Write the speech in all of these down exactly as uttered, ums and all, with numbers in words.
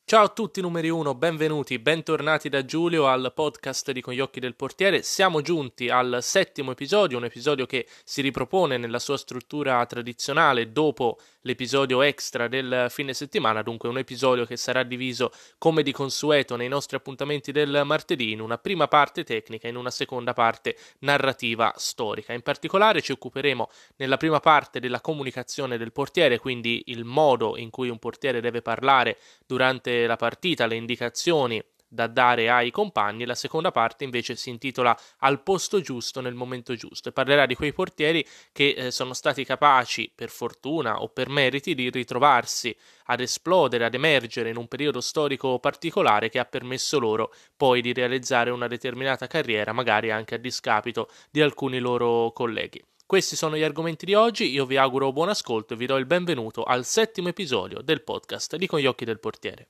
Ciao a tutti numeri uno, benvenuti, bentornati da Giulio al podcast di Con gli occhi del portiere. Siamo giunti al settimo episodio, un episodio che si ripropone nella sua struttura tradizionale dopo l'episodio extra del fine settimana, dunque un episodio che sarà diviso come di consueto nei nostri appuntamenti del martedì in una prima parte tecnica e in una seconda parte narrativa storica. In particolare ci occuperemo nella prima parte della comunicazione del portiere, quindi il modo in cui un portiere deve parlare durante la partita, le indicazioni da dare ai compagni. La seconda parte invece si intitola Al posto giusto nel momento giusto e parlerà di quei portieri che eh, sono stati capaci, per fortuna o per meriti, di ritrovarsi ad esplodere, ad emergere in un periodo storico particolare che ha permesso loro poi di realizzare una determinata carriera, magari anche a discapito di alcuni loro colleghi. Questi sono gli argomenti di oggi, io vi auguro buon ascolto e vi do il benvenuto al settimo episodio del podcast di Con gli occhi del portiere.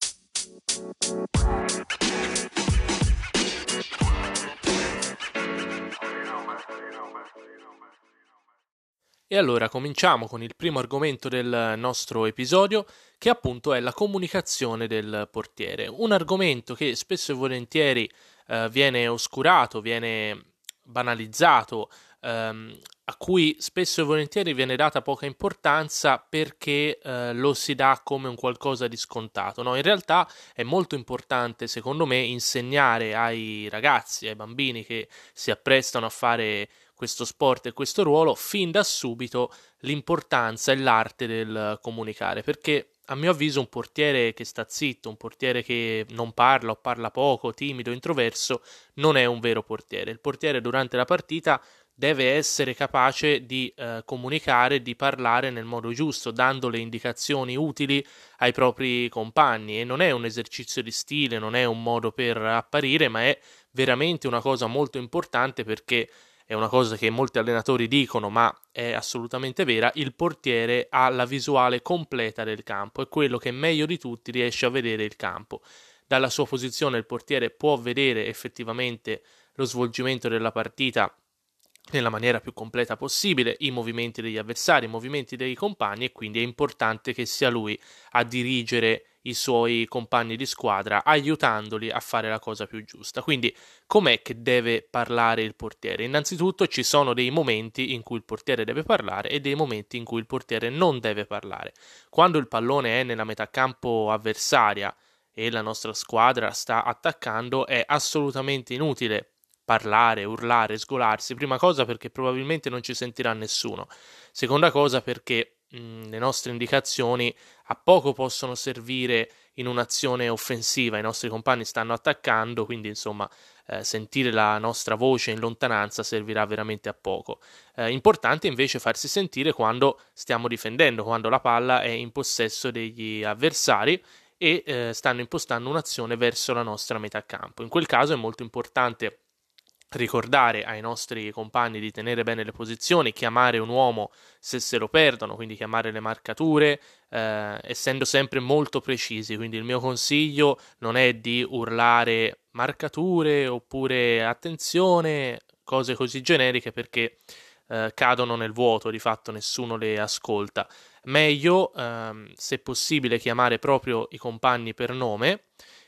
E allora cominciamo con il primo argomento del nostro episodio, che appunto è la comunicazione del portiere. Un argomento che spesso e volentieri eh, viene oscurato, viene banalizzato, ehm, a cui spesso e volentieri viene data poca importanza perché eh, lo si dà come un qualcosa di scontato. No, in realtà è molto importante, secondo me, insegnare ai ragazzi, ai bambini che si apprestano a fare questo sport e questo ruolo fin da subito l'importanza e l'arte del comunicare, perché a mio avviso un portiere che sta zitto, un portiere che non parla o parla poco, timido, introverso, non è un vero portiere. Il portiere durante la partita deve essere capace di eh, comunicare, di parlare nel modo giusto, dando le indicazioni utili ai propri compagni, e non è un esercizio di stile, non è un modo per apparire, ma è veramente una cosa molto importante, perché è una cosa che molti allenatori dicono, ma è assolutamente vera: il portiere ha la visuale completa del campo, è quello che meglio di tutti riesce a vedere il campo. Dalla sua posizione il portiere può vedere effettivamente lo svolgimento della partita nella maniera più completa possibile, i movimenti degli avversari, i movimenti dei compagni, e quindi è importante che sia lui a dirigere i suoi compagni di squadra, aiutandoli a fare la cosa più giusta. Quindi com'è che deve parlare il portiere? Innanzitutto ci sono dei momenti in cui il portiere deve parlare e dei momenti in cui il portiere non deve parlare. Quando il pallone è nella metà campo avversaria e la nostra squadra sta attaccando, è assolutamente inutile parlare, urlare, sgolarsi. Prima cosa perché probabilmente non ci sentirà nessuno. Seconda cosa perché mh, le nostre indicazioni a poco possono servire in un'azione offensiva. I nostri compagni stanno attaccando, quindi insomma eh, sentire la nostra voce in lontananza servirà veramente a poco. Eh, importante invece farsi sentire quando stiamo difendendo, quando la palla è in possesso degli avversari e eh, stanno impostando un'azione verso la nostra metà campo. In quel caso è molto importante ricordare ai nostri compagni di tenere bene le posizioni, chiamare un uomo se se lo perdono, quindi chiamare le marcature, eh, essendo sempre molto precisi. Quindi il mio consiglio non è di urlare marcature oppure attenzione, cose così generiche, perché eh, cadono nel vuoto, di fatto nessuno le ascolta. Meglio, ehm, se possibile, chiamare proprio i compagni per nome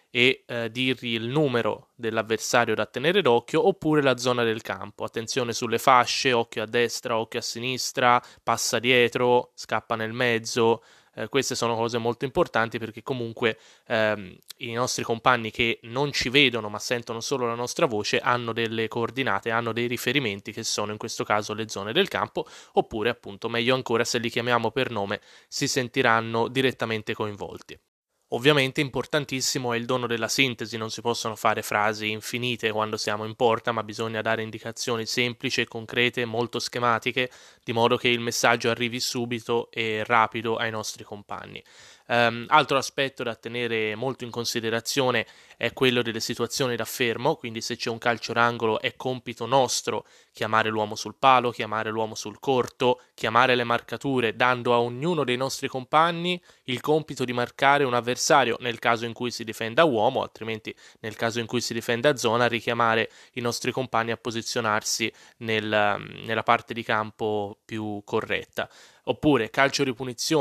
e eh, dirgli il numero dell'avversario da tenere d'occhio, oppure la zona del campo. Attenzione sulle fasce, occhio a destra, occhio a sinistra, passa dietro, scappa nel mezzo. Eh, queste sono cose molto importanti, perché comunque ehm, i nostri compagni che non ci vedono ma sentono solo la nostra voce hanno delle coordinate, hanno dei riferimenti che sono in questo caso le zone del campo, oppure appunto meglio ancora se li chiamiamo per nome si sentiranno direttamente coinvolti. Ovviamente importantissimo è il dono della sintesi, non si possono fare frasi infinite quando siamo in porta, ma bisogna dare indicazioni semplici e concrete, molto schematiche, di modo che il messaggio arrivi subito e rapido ai nostri compagni. Um, altro aspetto da tenere molto in considerazione è quello delle situazioni da fermo, quindi se c'è un calcio d'angolo è compito nostro chiamare l'uomo sul palo, chiamare l'uomo sul corto, chiamare le marcature, dando a ognuno dei nostri compagni il compito di marcare un avversario nel caso in cui si difenda uomo, altrimenti nel caso in cui si difenda zona richiamare i nostri compagni a posizionarsi nel, nella parte di campo più corretta. Oppure calcio di punizione,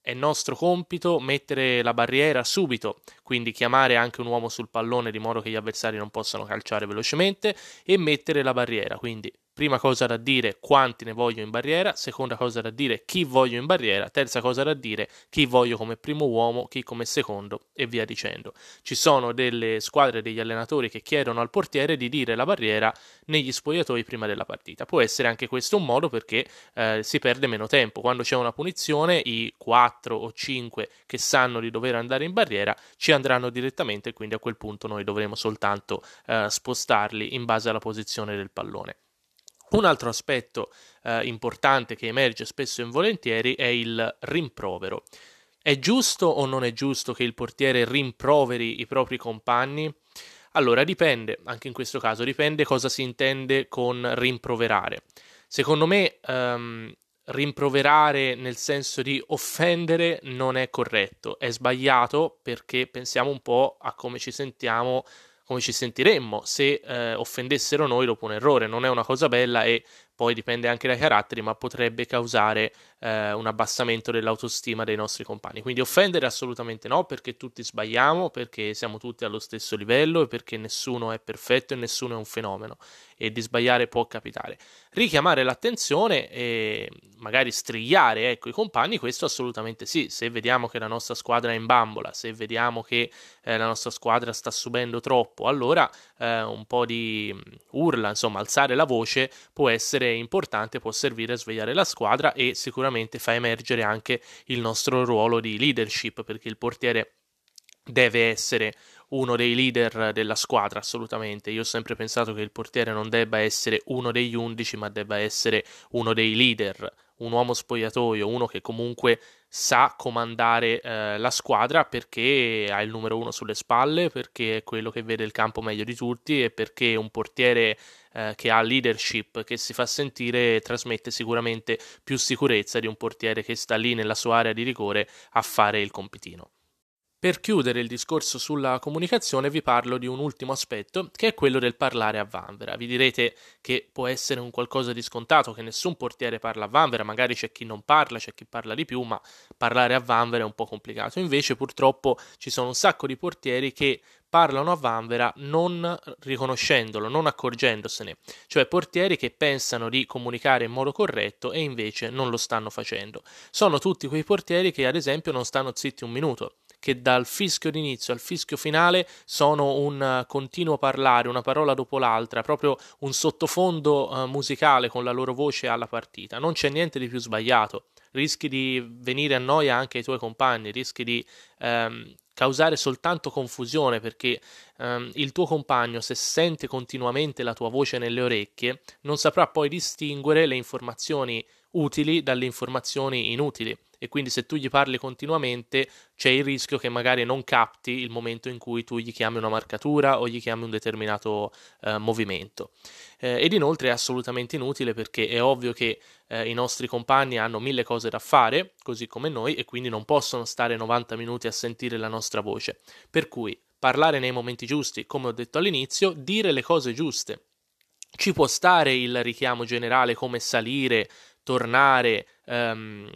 è nostro compito mettere la barriera subito, quindi chiamare anche un uomo sul pallone di modo che gli avversari non possano calciare velocemente e mettere la barriera, quindi prima cosa da dire quanti ne voglio in barriera, seconda cosa da dire chi voglio in barriera, terza cosa da dire chi voglio come primo uomo, chi come secondo e via dicendo. Ci sono delle squadre, degli allenatori che chiedono al portiere di dire la barriera negli spogliatoi prima della partita. Può essere anche questo un modo perché eh, si perde meno tempo. Quando c'è una punizione, i quattro o cinque che sanno di dover andare in barriera ci andranno direttamente e quindi a quel punto noi dovremo soltanto eh, spostarli in base alla posizione del pallone. Un altro aspetto eh, importante che emerge spesso e involentieri è il rimprovero. È giusto o non è giusto che il portiere rimproveri i propri compagni? Allora dipende, anche in questo caso dipende cosa si intende con rimproverare. Secondo me ehm, rimproverare nel senso di offendere non è corretto, è sbagliato perché pensiamo un po' a come ci sentiamo, come ci sentiremmo se eh, offendessero noi dopo un errore. Non è una cosa bella e poi dipende anche dai caratteri, ma potrebbe causare eh, un abbassamento dell'autostima dei nostri compagni. Quindi offendere assolutamente no, perché tutti sbagliamo, perché siamo tutti allo stesso livello e perché nessuno è perfetto e nessuno è un fenomeno e di sbagliare può capitare. Richiamare l'attenzione e magari strigliare, ecco, i compagni, questo assolutamente sì. Se vediamo che la nostra squadra è in bambola, se vediamo che eh, la nostra squadra sta subendo troppo, allora eh, un po' di urla, insomma, alzare la voce può essere importante, può servire a svegliare la squadra e sicuramente fa emergere anche il nostro ruolo di leadership, perché il portiere deve essere uno dei leader della squadra, assolutamente. Io ho sempre pensato che il portiere non debba essere uno degli undici, ma debba essere uno dei leader, un uomo spogliatoio, uno che comunque sa comandare eh, la squadra perché ha il numero uno sulle spalle, perché è quello che vede il campo meglio di tutti e perché un portiere eh, che ha leadership, che si fa sentire, trasmette sicuramente più sicurezza di un portiere che sta lì nella sua area di rigore a fare il compitino. Per chiudere il discorso sulla comunicazione vi parlo di un ultimo aspetto che è quello del parlare a vanvera. Vi direte che può essere un qualcosa di scontato, che nessun portiere parla a vanvera, magari c'è chi non parla, c'è chi parla di più, ma parlare a vanvera è un po' complicato. Invece purtroppo ci sono un sacco di portieri che parlano a vanvera non riconoscendolo, non accorgendosene, cioè portieri che pensano di comunicare in modo corretto e invece non lo stanno facendo. Sono tutti quei portieri che ad esempio non stanno zitti un minuto, che dal fischio d'inizio al fischio finale sono un continuo parlare, una parola dopo l'altra, proprio un sottofondo uh, musicale con la loro voce alla partita. Non c'è niente di più sbagliato. Rischi di venire a noia anche ai tuoi compagni, rischi di ehm, causare soltanto confusione perché ehm, il tuo compagno, se sente continuamente la tua voce nelle orecchie, non saprà poi distinguere le informazioni utili dalle informazioni inutili. E quindi se tu gli parli continuamente c'è il rischio che magari non capti il momento in cui tu gli chiami una marcatura o gli chiami un determinato eh, movimento. Eh, ed inoltre è assolutamente inutile perché è ovvio che eh, i nostri compagni hanno mille cose da fare, così come noi, e quindi non possono stare novanta minuti a sentire la nostra voce. Per cui parlare nei momenti giusti, come ho detto all'inizio, dire le cose giuste. Ci può stare il richiamo generale come salire, tornare, ehm,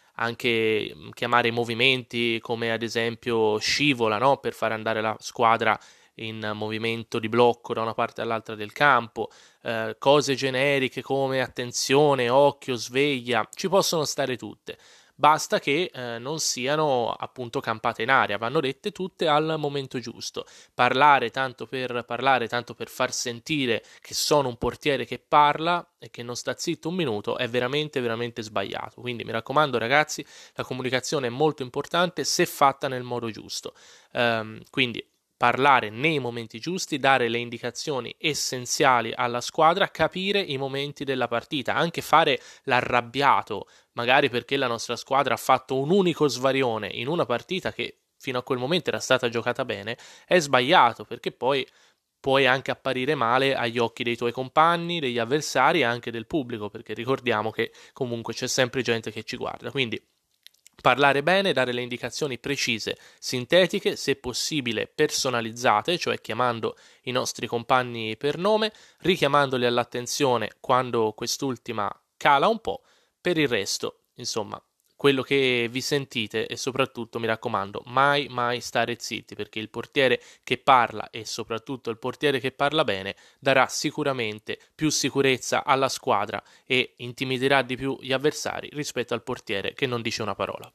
anche chiamare i movimenti come ad esempio scivola, no? Per far andare la squadra in movimento di blocco da una parte all'altra del campo, eh, cose generiche come attenzione, occhio, sveglia, ci possono stare tutte. Basta che eh, non siano appunto campate in aria, vanno dette tutte al momento giusto. Parlare tanto per parlare, tanto per far sentire che sono un portiere che parla e che non sta zitto un minuto è veramente veramente sbagliato. Quindi mi raccomando ragazzi, la comunicazione è molto importante se fatta nel modo giusto. Um, quindi parlare nei momenti giusti, dare le indicazioni essenziali alla squadra, capire i momenti della partita, anche fare l'arrabbiato, magari perché la nostra squadra ha fatto un unico svarione in una partita che fino a quel momento era stata giocata bene, è sbagliato perché poi puoi anche apparire male agli occhi dei tuoi compagni, degli avversari e anche del pubblico, perché ricordiamo che comunque c'è sempre gente che ci guarda. Quindi parlare bene, dare le indicazioni precise, sintetiche, se possibile personalizzate, cioè chiamando i nostri compagni per nome, richiamandoli all'attenzione quando quest'ultima cala un po'. Per il resto, insomma, quello che vi sentite e soprattutto, mi raccomando, mai mai stare zitti, perché il portiere che parla e soprattutto il portiere che parla bene darà sicuramente più sicurezza alla squadra e intimiderà di più gli avversari rispetto al portiere che non dice una parola.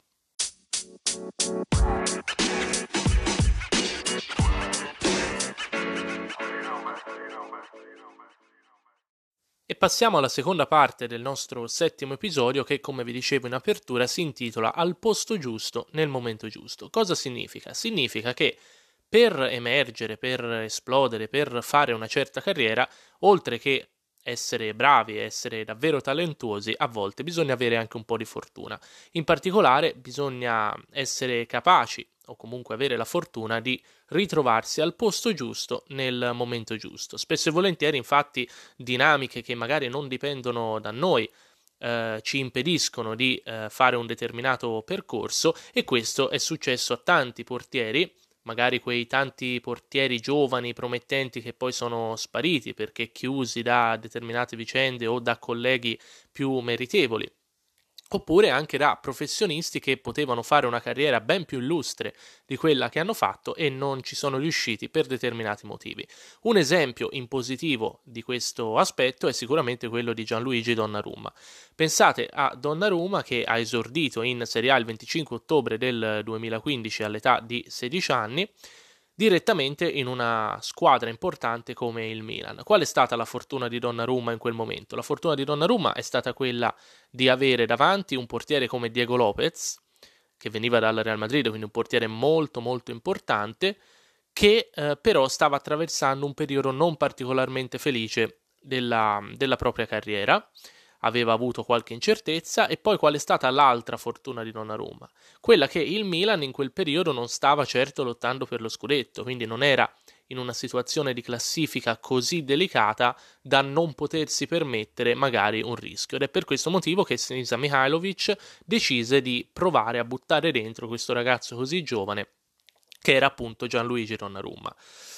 E passiamo alla seconda parte del nostro settimo episodio che, come vi dicevo in apertura, si intitola Al posto giusto nel momento giusto. Cosa significa? Significa che per emergere, per esplodere, per fare una certa carriera, oltre che essere bravi, essere davvero talentuosi, a volte bisogna avere anche un po' di fortuna. In particolare bisogna essere capaci o comunque avere la fortuna di ritrovarsi al posto giusto nel momento giusto. Spesso e volentieri, infatti, dinamiche che magari non dipendono da noi eh, ci impediscono di eh, fare un determinato percorso, e questo è successo a tanti portieri, magari quei tanti portieri giovani, promettenti, che poi sono spariti perché chiusi da determinate vicende o da colleghi più meritevoli, oppure anche da professionisti che potevano fare una carriera ben più illustre di quella che hanno fatto e non ci sono riusciti per determinati motivi. Un esempio in positivo di questo aspetto è sicuramente quello di Gianluigi Donnarumma. Pensate a Donnarumma, che ha esordito in Serie A il venticinque ottobre del duemilaquindici all'età di sedici anni, direttamente in una squadra importante come il Milan. Qual è stata la fortuna di Donnarumma in quel momento? La fortuna di Donnarumma è stata quella di avere davanti un portiere come Diego Lopez, che veniva dal Real Madrid, quindi un portiere molto molto importante, che eh, però stava attraversando un periodo non particolarmente felice della, della propria carriera. Aveva avuto qualche incertezza. E poi qual è stata l'altra fortuna di Donnarumma? Quella che il Milan in quel periodo non stava certo lottando per lo scudetto, quindi non era in una situazione di classifica così delicata da non potersi permettere magari un rischio, ed è per questo motivo che Sinisa Mihajlovic decise di provare a buttare dentro questo ragazzo così giovane, che era appunto Gianluigi Donnarumma.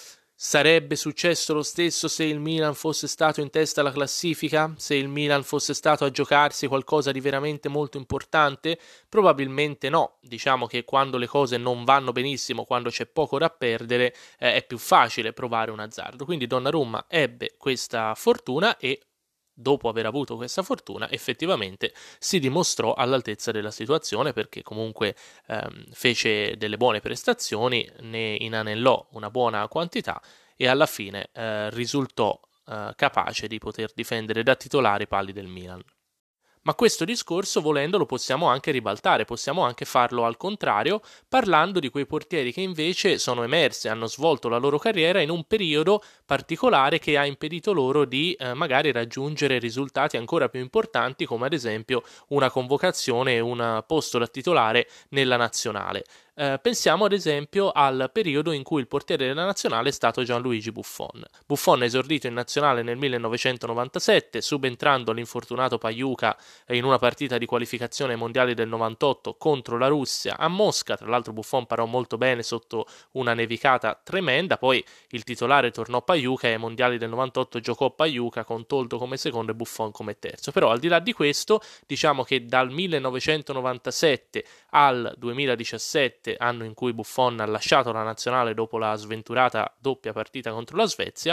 Sarebbe successo lo stesso se il Milan fosse stato in testa alla classifica? Se il Milan fosse stato a giocarsi qualcosa di veramente molto importante? Probabilmente no. Diciamo che quando le cose non vanno benissimo, quando c'è poco da perdere, eh, è più facile provare un azzardo. Quindi Donnarumma ebbe questa fortuna e, dopo aver avuto questa fortuna, effettivamente si dimostrò all'altezza della situazione, perché comunque ehm, fece delle buone prestazioni, ne inanellò una buona quantità e alla fine eh, risultò eh, capace di poter difendere da titolare i pali del Milan. Ma questo discorso, volendo, lo possiamo anche ribaltare, possiamo anche farlo al contrario, parlando di quei portieri che invece sono emersi, hanno svolto la loro carriera in un periodo particolare che ha impedito loro di eh, magari raggiungere risultati ancora più importanti, come ad esempio una convocazione e un posto da titolare nella nazionale. Eh, pensiamo ad esempio al periodo in cui il portiere della nazionale è stato Gianluigi Buffon. Buffon è esordito in nazionale nel millenovecentonovantasette, subentrando l'infortunato Pagliuca in una partita di qualificazione ai mondiali del novantotto contro la Russia a Mosca. Tra l'altro Buffon parò molto bene sotto una nevicata tremenda. Poi il titolare tornò Pagliuca e ai mondiali del novantotto giocò Pagliuca con Toldo come secondo e Buffon come terzo. Però al di là di questo, diciamo che dal millenovecentonovantasette al duemiladiciassette, anno in cui Buffon ha lasciato la nazionale dopo la sventurata doppia partita contro la Svezia,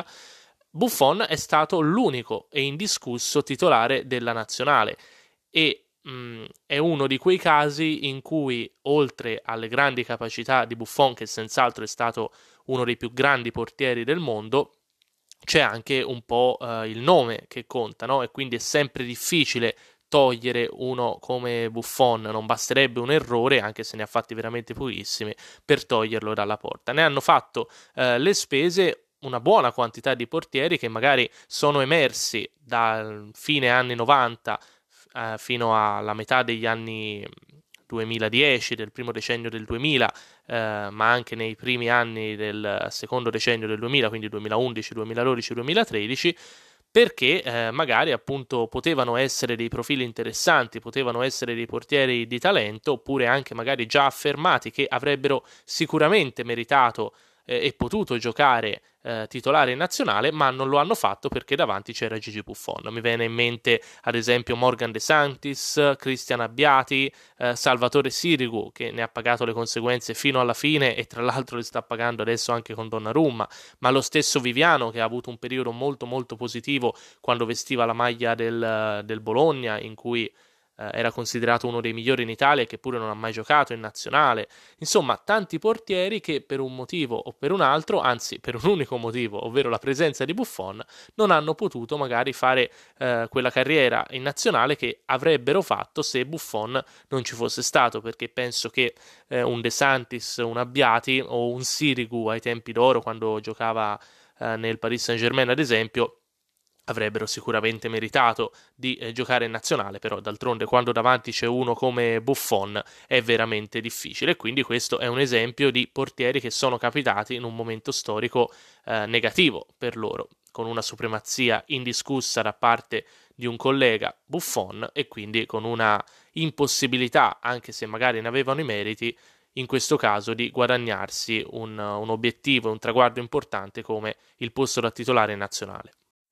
Buffon è stato l'unico e indiscusso titolare della nazionale e mh, è uno di quei casi in cui, oltre alle grandi capacità di Buffon, che senz'altro è stato uno dei più grandi portieri del mondo, c'è anche un po' eh, il nome che conta, no? E quindi è sempre difficile togliere uno come Buffon. Non basterebbe un errore, anche se ne ha fatti veramente pochissimi, per toglierlo dalla porta. Ne hanno fatto eh, le spese una buona quantità di portieri che magari sono emersi dal fine anni novanta eh, fino alla metà degli anni duemiladieci, del primo decennio del duemila, eh, ma anche nei primi anni del secondo decennio del duemila, quindi duemilaundici, duemiladodici, duemilatredici, perché eh, magari appunto potevano essere dei profili interessanti, potevano essere dei portieri di talento, oppure anche magari già affermati, che avrebbero sicuramente meritato eh, e potuto giocare eh, titolare in nazionale, ma non lo hanno fatto perché davanti c'era Gigi Buffon. Mi viene in mente ad esempio Morgan De Sanctis, Cristian Abbiati, eh, Salvatore Sirigu, che ne ha pagato le conseguenze fino alla fine e tra l'altro le sta pagando adesso anche con Donnarumma, ma lo stesso Viviano, che ha avuto un periodo molto molto positivo quando vestiva la maglia del, del Bologna, in cui eh, era considerato uno dei migliori in Italia e che pure non ha mai giocato in nazionale. Insomma, tanti portieri che per un motivo o per un altro, anzi per un unico motivo, ovvero la presenza di Buffon, non hanno potuto magari fare eh, quella carriera in nazionale che avrebbero fatto se Buffon non ci fosse stato, perché penso che eh, un De Santis, un Abbiati o un Sirigu ai tempi d'oro, quando giocava eh, nel Paris Saint-Germain ad esempio, avrebbero sicuramente meritato di eh, giocare in nazionale, però d'altronde quando davanti c'è uno come Buffon è veramente difficile, quindi questo è un esempio di portieri che sono capitati in un momento storico eh, negativo per loro, con una supremazia indiscussa da parte di un collega, Buffon, e quindi con una impossibilità, anche se magari ne avevano i meriti, in questo caso di guadagnarsi un, un obiettivo, un traguardo importante come il posto da titolare nazionale.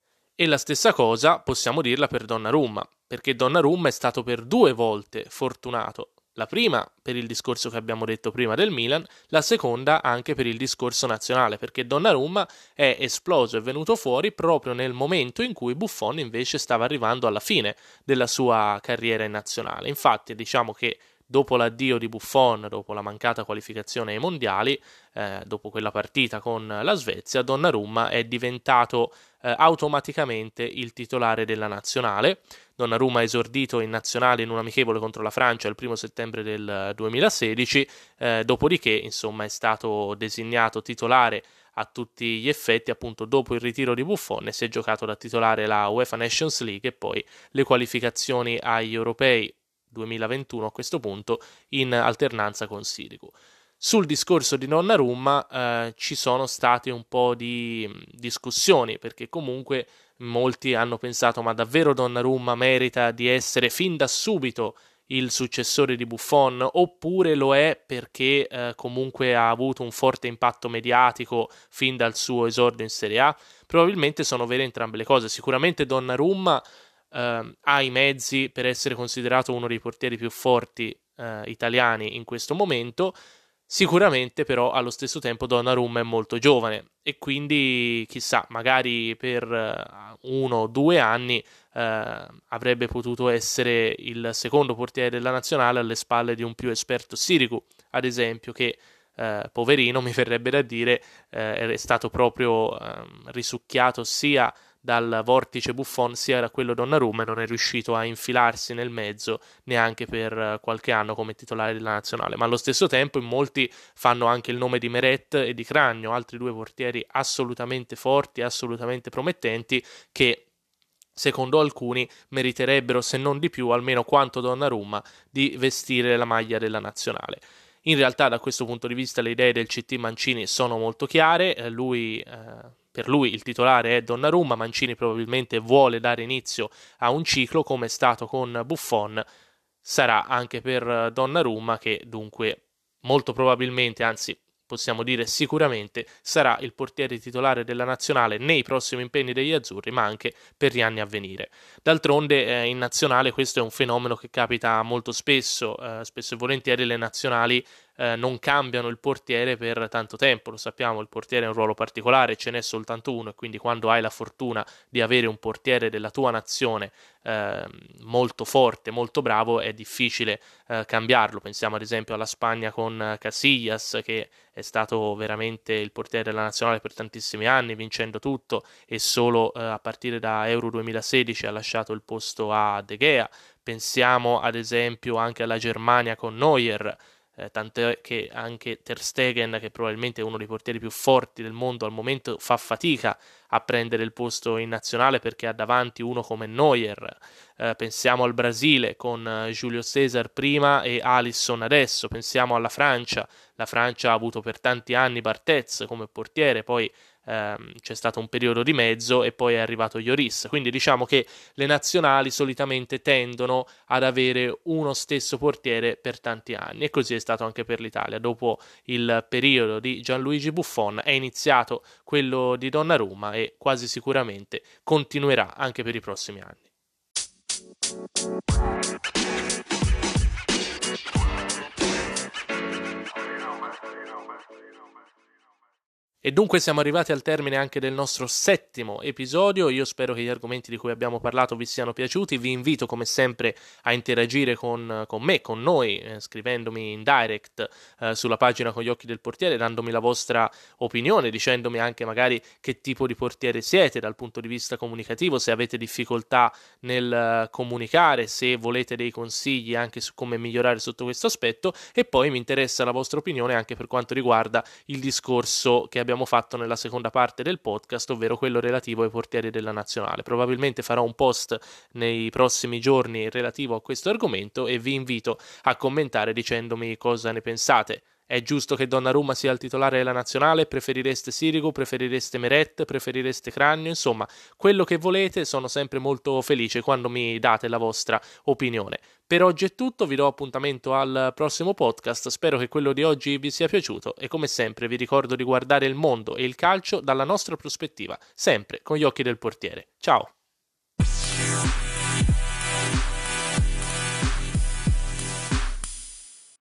E la stessa cosa possiamo dirla per Donnarumma, perché Donnarumma è stato per due volte fortunato. La prima per il discorso che abbiamo detto prima del Milan, la seconda anche per il discorso nazionale, perché Donnarumma è esploso e venuto fuori proprio nel momento in cui Buffon invece stava arrivando alla fine della sua carriera in nazionale. Infatti diciamo che dopo l'addio di Buffon, dopo la mancata qualificazione ai mondiali, eh, dopo quella partita con la Svezia, Donnarumma è diventato eh, automaticamente il titolare della nazionale. Donnarumma ha esordito in nazionale in un amichevole contro la Francia il primo settembre del duemilasedici, eh, dopodiché insomma è stato designato titolare a tutti gli effetti appunto dopo il ritiro di Buffon e si è giocato da titolare la UEFA Nations League e poi le qualificazioni agli europei duemilaventuno a questo punto in alternanza con Sirigu. Sul discorso di Donnarumma eh, ci sono state un po' di discussioni, perché comunque molti hanno pensato: ma davvero Donnarumma merita di essere fin da subito il successore di Buffon, oppure lo è perché eh, comunque ha avuto un forte impatto mediatico fin dal suo esordio in Serie A? Probabilmente sono vere entrambe le cose. Sicuramente Donnarumma Uh, ha i mezzi per essere considerato uno dei portieri più forti uh, italiani in questo momento. Sicuramente però allo stesso tempo Donnarumma è molto giovane e quindi chissà, magari per uh, uno o due anni uh, avrebbe potuto essere il secondo portiere della nazionale alle spalle di un più esperto Sirigu, ad esempio, che Uh, poverino, mi verrebbe da dire, uh, è stato proprio uh, risucchiato sia dal vortice Buffon sia da quello Donnarumma e non è riuscito a infilarsi nel mezzo neanche per qualche anno come titolare della nazionale. Ma allo stesso tempo in molti fanno anche il nome di Meret e di Cragno, altri due portieri assolutamente forti, assolutamente promettenti, che secondo alcuni meriterebbero, se non di più, almeno quanto Donnarumma, di vestire la maglia della nazionale. In realtà da questo punto di vista le idee del C T Mancini sono molto chiare, eh, lui, eh, per lui il titolare è Donnarumma, Mancini probabilmente vuole dare inizio a un ciclo come è stato con Buffon, sarà anche per Donnarumma che dunque molto probabilmente, anzi possiamo dire sicuramente, sarà il portiere titolare della nazionale nei prossimi impegni degli azzurri, ma anche per gli anni a venire. D'altronde eh, in nazionale questo è un fenomeno che capita molto spesso, eh, spesso e volentieri le nazionali eh, non cambiano il portiere per tanto tempo, lo sappiamo, il portiere è un ruolo particolare, ce n'è soltanto uno e quindi quando hai la fortuna di avere un portiere della tua nazione eh, molto forte, molto bravo, è difficile eh, cambiarlo. Pensiamo ad esempio alla Spagna con Casillas, che è stato veramente il portiere della nazionale per tantissimi anni, vincendo tutto, e solo eh, a partire da Euro duemilasedici ha lasciato il posto a De Gea. Pensiamo ad esempio anche alla Germania con Neuer, eh, tant'è che anche Ter Stegen, che probabilmente è uno dei portieri più forti del mondo al momento, fa fatica a prendere il posto in nazionale perché ha davanti uno come Neuer. Eh, pensiamo al Brasile con eh, Julio César prima e Alisson adesso. Pensiamo alla Francia, la Francia ha avuto per tanti anni Barthez come portiere, poi ehm, c'è stato un periodo di mezzo e poi è arrivato Lloris. Quindi diciamo che le nazionali solitamente tendono ad avere uno stesso portiere per tanti anni, e così è stato anche per l'Italia. Dopo il periodo di Gianluigi Buffon è iniziato quello di Donnarumma e quasi sicuramente continuerà anche per i prossimi anni. E dunque siamo arrivati al termine anche del nostro settimo episodio. Io spero che gli argomenti di cui abbiamo parlato vi siano piaciuti. Vi invito come sempre a interagire con, con me, con noi, eh, scrivendomi in direct eh, sulla pagina Con gli occhi del portiere, dandomi la vostra opinione, dicendomi anche magari che tipo di portiere siete dal punto di vista comunicativo, se avete difficoltà nel uh, comunicare, se volete dei consigli anche su come migliorare sotto questo aspetto. E poi mi interessa la vostra opinione anche per quanto riguarda il discorso che abbiamo fatto nella seconda parte del podcast, ovvero quello relativo ai portieri della nazionale. Probabilmente farò un post nei prossimi giorni relativo a questo argomento e vi invito a commentare dicendomi cosa ne pensate. È giusto che Donnarumma sia il titolare della nazionale? Preferireste Sirigu? Preferireste Meret? Preferireste Cragno? Insomma, quello che volete, sono sempre molto felice quando mi date la vostra opinione. Per oggi è tutto, vi do appuntamento al prossimo podcast, spero che quello di oggi vi sia piaciuto e come sempre vi ricordo di guardare il mondo e il calcio dalla nostra prospettiva, sempre con gli occhi del portiere. Ciao!